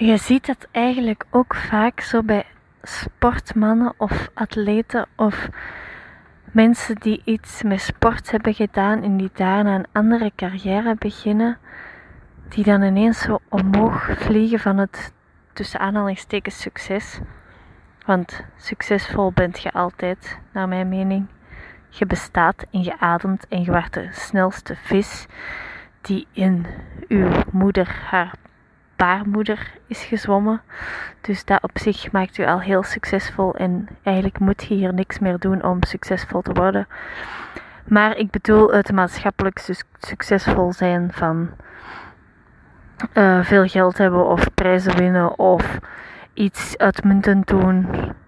je ziet dat eigenlijk ook vaak zo bij sportmannen of atleten of mensen die iets met sport hebben gedaan en die daarna een andere carrière beginnen, die dan ineens zo omhoog vliegen van het tussen aanhalingstekens succes. Want succesvol bent je altijd, naar mijn mening. Je bestaat en je ademt en je wordt de snelste vis die in uw moeder, haar baarmoeder is gezwommen. Dus dat op zich maakt u al heel succesvol en eigenlijk moet je hier niks meer doen om succesvol te worden. Maar ik bedoel het maatschappelijk succesvol zijn van veel geld hebben of prijzen winnen of iets uitmuntend doen.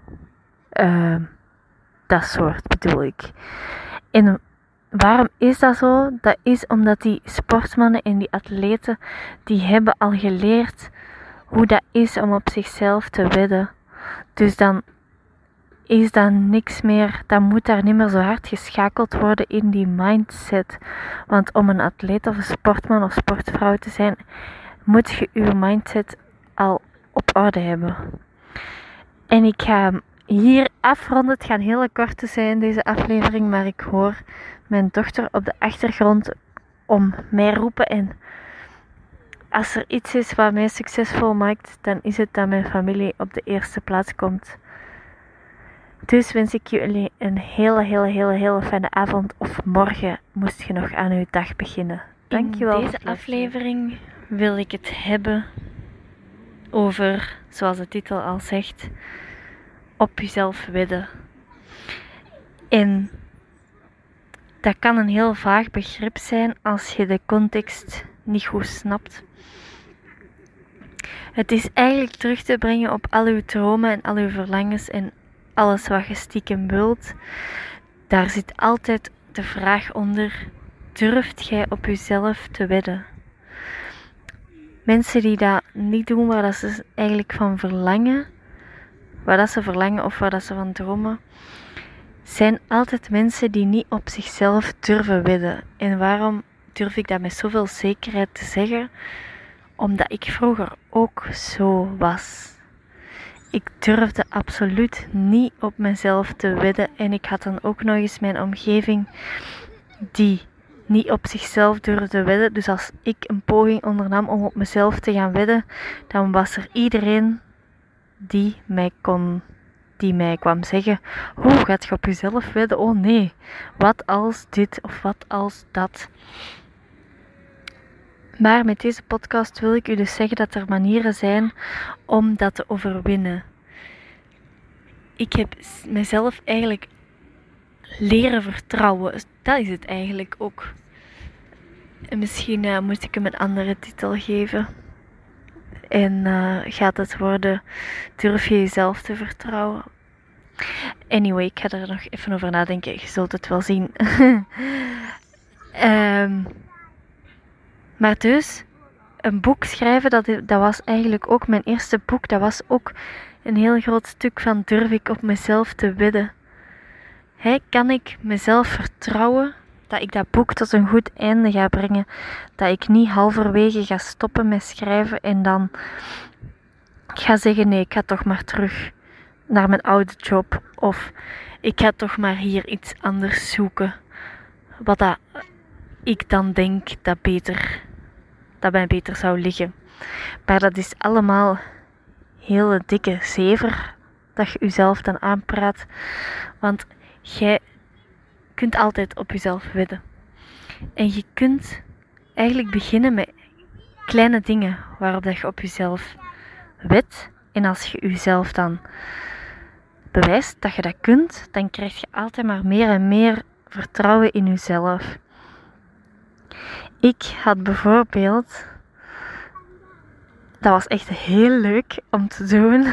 Dat soort bedoel ik. En waarom is dat zo? Dat is omdat die sportmannen en die atleten, die hebben al geleerd hoe dat is om op zichzelf te wedden. Dus dan is dat niks meer, dan moet daar niet meer zo hard geschakeld worden in die mindset. Want om een atleet of een sportman of sportvrouw te zijn, moet je je mindset al op orde hebben. En ik ga hier afronden. Het gaat een hele korte zijn, deze aflevering, maar ik hoor mijn dochter op de achtergrond om mij roepen. En als er iets is wat mij succesvol maakt, dan is het dat mijn familie op de eerste plaats komt. Dus wens ik jullie een hele fijne avond of morgen moest je nog aan uw dag beginnen. Dankjewel. In deze aflevering wil ik het hebben over, zoals de titel al zegt, op jezelf wedden. En dat kan een heel vaag begrip zijn als je de context niet goed snapt. Het is eigenlijk terug te brengen op al uw dromen en al uw verlangens en alles wat je stiekem wilt. Daar zit altijd de vraag onder: durft jij op jezelf te wedden? Mensen die dat niet doen waar dat ze eigenlijk van verlangen, waar dat ze verlangen of waar dat ze van dromen, zijn altijd mensen die niet op zichzelf durven wedden. En waarom durf ik dat met zoveel zekerheid te zeggen? Omdat ik vroeger ook zo was. Ik durfde absoluut niet op mezelf te wedden. En ik had dan ook nog eens mijn omgeving die niet op zichzelf durfde wedden. Dus als ik een poging ondernam om op mezelf te gaan wedden, dan was er iedereen die mij kwam zeggen: hoe gaat je op jezelf wedden? Oh nee, wat als dit of wat als dat? Maar met deze podcast wil ik u dus zeggen dat er manieren zijn om dat te overwinnen. Ik heb mezelf eigenlijk leren vertrouwen. Dat is het eigenlijk ook. En misschien moet ik hem een andere titel geven. En gaat het worden: durf je jezelf te vertrouwen? Anyway, ik ga er nog even over nadenken. Je zult het wel zien. Maar dus, een boek schrijven, dat was eigenlijk ook mijn eerste boek. Dat was ook een heel groot stuk van: durf ik op mezelf te wedden? Kan ik mezelf vertrouwen dat ik dat boek tot een goed einde ga brengen? Dat ik niet halverwege ga stoppen met schrijven en dan ga zeggen: nee, ik ga toch maar terug naar mijn oude job. Of ik ga toch maar hier iets anders zoeken. Wat dat ik dan denk dat mij beter zou liggen. Maar dat is allemaal hele dikke zever dat je jezelf dan aanpraat. Want jij kunt altijd op jezelf wedden. En je kunt eigenlijk beginnen met kleine dingen waarop dat je op jezelf wedt. En als je jezelf dan bewijst dat je dat kunt, dan krijg je altijd maar meer en meer vertrouwen in jezelf. Ik had bijvoorbeeld, dat was echt heel leuk om te doen,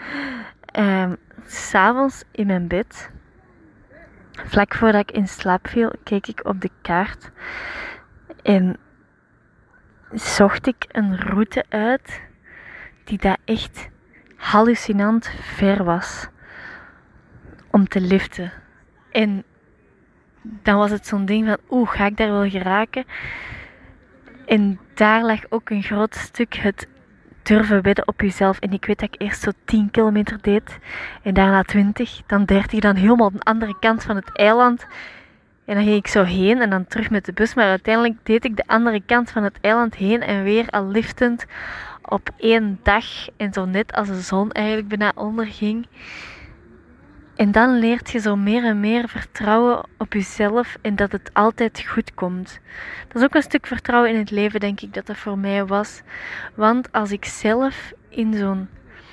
'S'avonds in mijn bed, vlak voordat ik in slaap viel, keek ik op de kaart en zocht ik een route uit die daar echt hallucinant ver was om te liften. En dan was het zo'n ding van: ga ik daar wel geraken? En daar lag ook een groot stuk het durven wedden op jezelf. En ik weet dat ik eerst zo 10 kilometer deed. En daarna 20, dan 30, dan helemaal op de andere kant van het eiland. En dan ging ik zo heen en dan terug met de bus. Maar uiteindelijk deed ik de andere kant van het eiland heen en weer al liftend op 1 dag. En zo net als de zon eigenlijk bijna onderging. En dan leert je zo meer en meer vertrouwen op jezelf en dat het altijd goed komt. Dat is ook een stuk vertrouwen in het leven, denk ik, dat dat voor mij was. Want als ik zelf in zo'n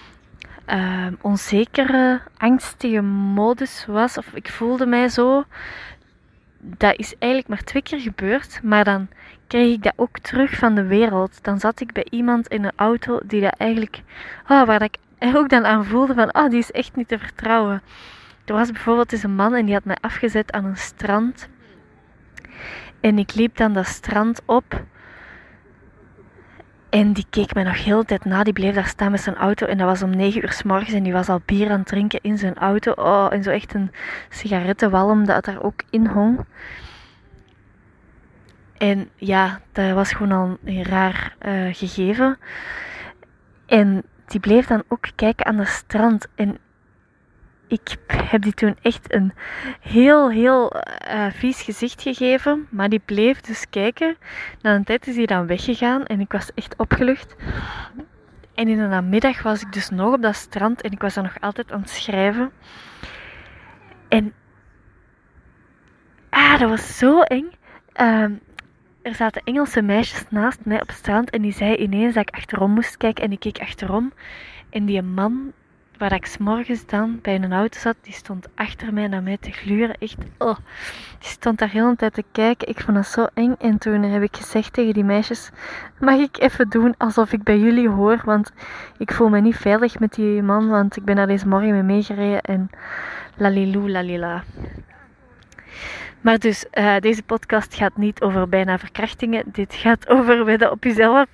onzekere, angstige modus was, of ik voelde mij zo, dat is eigenlijk maar 2 keer gebeurd, maar dan kreeg ik dat ook terug van de wereld. Dan zat ik bij iemand in een auto die dat eigenlijk, waar dat ik er ook dan aan voelde van, die is echt niet te vertrouwen. Er was bijvoorbeeld eens een man en die had mij afgezet aan een strand. En ik liep dan dat strand op. En die keek mij nog heel de tijd na. Die bleef daar staan met zijn auto. En dat was om 9 uur 's morgens. En die was al bier aan het drinken in zijn auto. En zo echt een sigarettenwalm dat daar ook in hong. En ja, dat was gewoon al een raar gegeven. En die bleef dan ook kijken aan het strand. En ik heb die toen echt een heel vies gezicht gegeven. Maar die bleef dus kijken. Na een tijd is hij dan weggegaan. En ik was echt opgelucht. En in de namiddag was ik dus nog op dat strand. En ik was dan nog altijd aan het schrijven. En dat was zo eng. Er zaten Engelse meisjes naast mij op het strand. En die zei ineens dat ik achterom moest kijken. En ik keek achterom. En die man waar ik 's morgens dan bij een auto zat, die stond achter mij naar mij te gluren. Echt, die stond daar heel de tijd te kijken. Ik vond dat zo eng. En toen heb ik gezegd tegen die meisjes, mag ik even doen alsof ik bij jullie hoor? Want ik voel me niet veilig met die man, want ik ben daar deze morgen mee meegereden. En lalilou, lalila. Maar dus, deze podcast gaat niet over bijna verkrachtingen. Dit gaat over wedden op jezelf.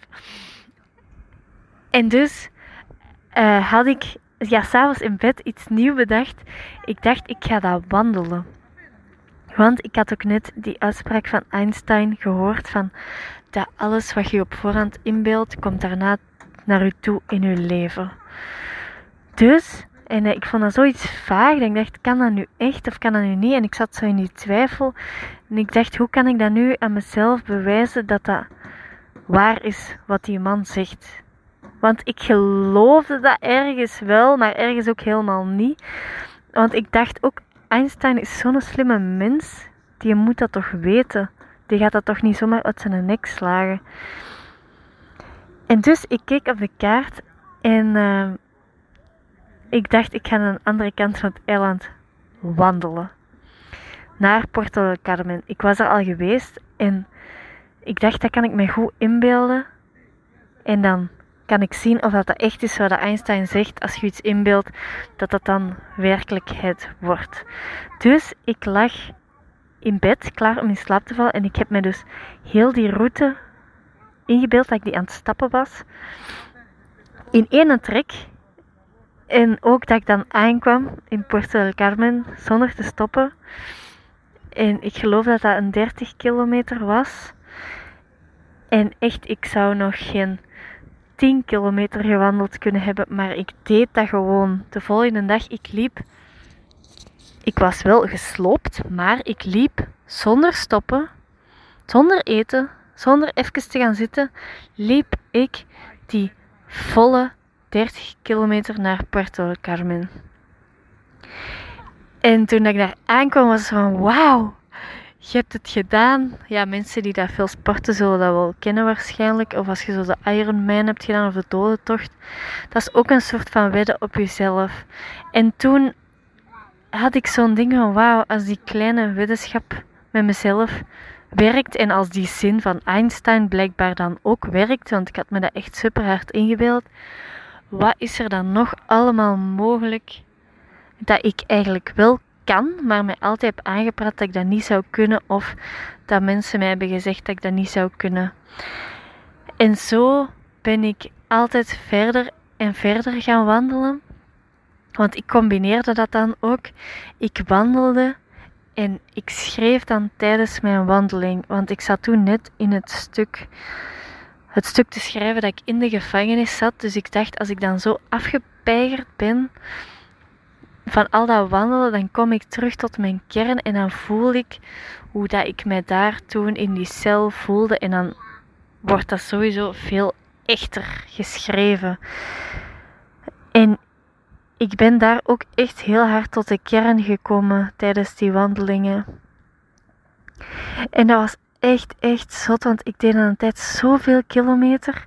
En dus had ik 's avonds in bed iets nieuws bedacht. Ik dacht, ik ga dat wandelen. Want ik had ook net die uitspraak van Einstein gehoord van dat alles wat je op voorhand inbeeldt, komt daarna naar u toe in uw leven. Dus, en ik vond dat zoiets vaag. Ik dacht, kan dat nu echt of kan dat nu niet? En ik zat zo in die twijfel. En ik dacht, hoe kan ik dat nu aan mezelf bewijzen dat dat waar is wat die man zegt? Want ik geloofde dat ergens wel, maar ergens ook helemaal niet. Want ik dacht ook, Einstein is zo'n slimme mens. Die moet dat toch weten. Die gaat dat toch niet zomaar uit zijn nek slagen. En dus ik keek op de kaart en ik dacht, ik ga naar de andere kant van het eiland wandelen. Naar Puerto del Carmen. Ik was er al geweest en ik dacht, dat kan ik me goed inbeelden. En dan kan ik zien of dat echt is wat Einstein zegt. Als je iets inbeeldt, dat dat dan werkelijkheid wordt. Dus ik lag in bed, klaar om in slaap te vallen. En ik heb me dus heel die route ingebeeld dat ik die aan het stappen was. In één trek. En ook dat ik dan aankwam in Puerto del Carmen zonder te stoppen. En ik geloof dat dat een 30 kilometer was. En echt, ik zou nog geen 10 kilometer gewandeld kunnen hebben, maar ik deed dat gewoon. De volgende dag, ik liep. Ik was wel gesloopt, maar ik liep zonder stoppen, zonder eten, zonder even te gaan zitten, liep ik die volle 30 kilometer naar Puerto del Carmen. En toen ik daar aankwam, was het van wauw, je hebt het gedaan. Ja, mensen die dat veel sporten zullen dat wel kennen waarschijnlijk. Of als je zo de Ironman hebt gedaan of de dodentocht. Dat is ook een soort van wedden op jezelf. En toen had ik zo'n ding van wauw, als die kleine weddenschap met mezelf werkt. En als die zin van Einstein blijkbaar dan ook werkt. Want ik had me dat echt super hard ingebeeld. Wat is er dan nog allemaal mogelijk dat ik eigenlijk wel kan, maar mij altijd heb aangepraat dat ik dat niet zou kunnen of dat mensen mij hebben gezegd dat ik dat niet zou kunnen. En zo ben ik altijd verder en verder gaan wandelen, want ik combineerde dat dan ook. Ik wandelde en ik schreef dan tijdens mijn wandeling, want ik zat toen net in het stuk het stuk te schrijven dat ik in de gevangenis zat. Dus ik dacht, als ik dan zo afgepeigerd ben van al dat wandelen, dan kom ik terug tot mijn kern en dan voel ik hoe dat ik mij daar toen in die cel voelde. En dan wordt dat sowieso veel echter geschreven. En ik ben daar ook echt heel hard tot de kern gekomen tijdens die wandelingen. En dat was echt zot, want ik deed aan een tijd zoveel kilometer.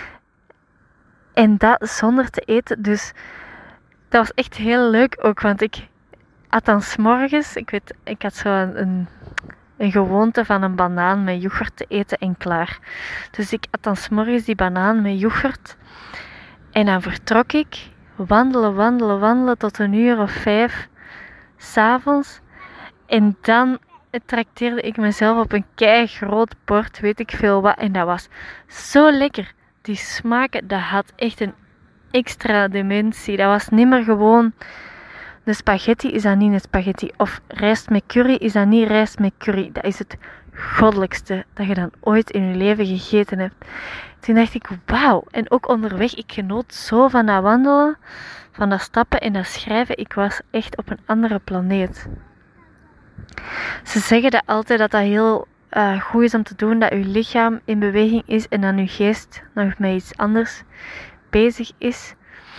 En dat zonder te eten. Dus dat was echt heel leuk ook, want ik at dan 's morgens, ik had zo een gewoonte van een banaan met yoghurt te eten en klaar. Dus ik at dan 's morgens die banaan met yoghurt. En dan vertrok ik, wandelen tot 5:00 s'avonds. En dan trakteerde ik mezelf op een keigroot bord, weet ik veel wat. En dat was zo lekker. Die smaken, dat had echt een extra dimensie. Dat was niet meer gewoon de spaghetti, is dat niet een spaghetti. Of rijst met curry, is dat niet rijst met curry. Dat is het goddelijkste dat je dan ooit in je leven gegeten hebt. Toen dacht ik, wauw. En ook onderweg, ik genoot zo van dat wandelen, van dat stappen en dat schrijven. Ik was echt op een andere planeet. Ze zeggen dat altijd dat dat heel goed is om te doen, dat je lichaam in beweging is en dan je geest nog met iets anders bezig is.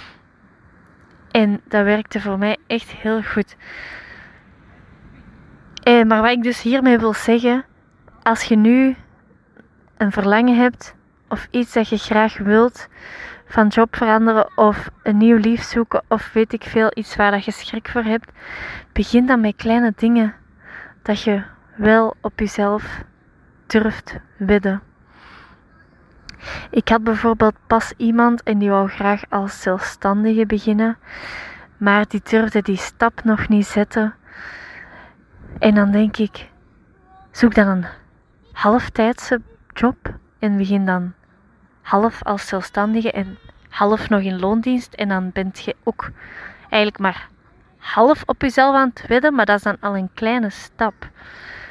En dat werkte voor mij echt heel goed. Maar wat ik dus hiermee wil zeggen, als je nu een verlangen hebt of iets dat je graag wilt, van job veranderen of een nieuw lief zoeken of weet ik veel, iets waar dat je schrik voor hebt, begin dan met kleine dingen dat je wel op jezelf durft wedden. Ik had bijvoorbeeld pas iemand en die wou graag als zelfstandige beginnen, maar die durfde die stap nog niet zetten. En dan denk ik, zoek dan een halftijdse job en begin dan half als zelfstandige en half nog in loondienst. En dan ben je ook eigenlijk maar half op jezelf aan het wedden, maar dat is dan al een kleine stap.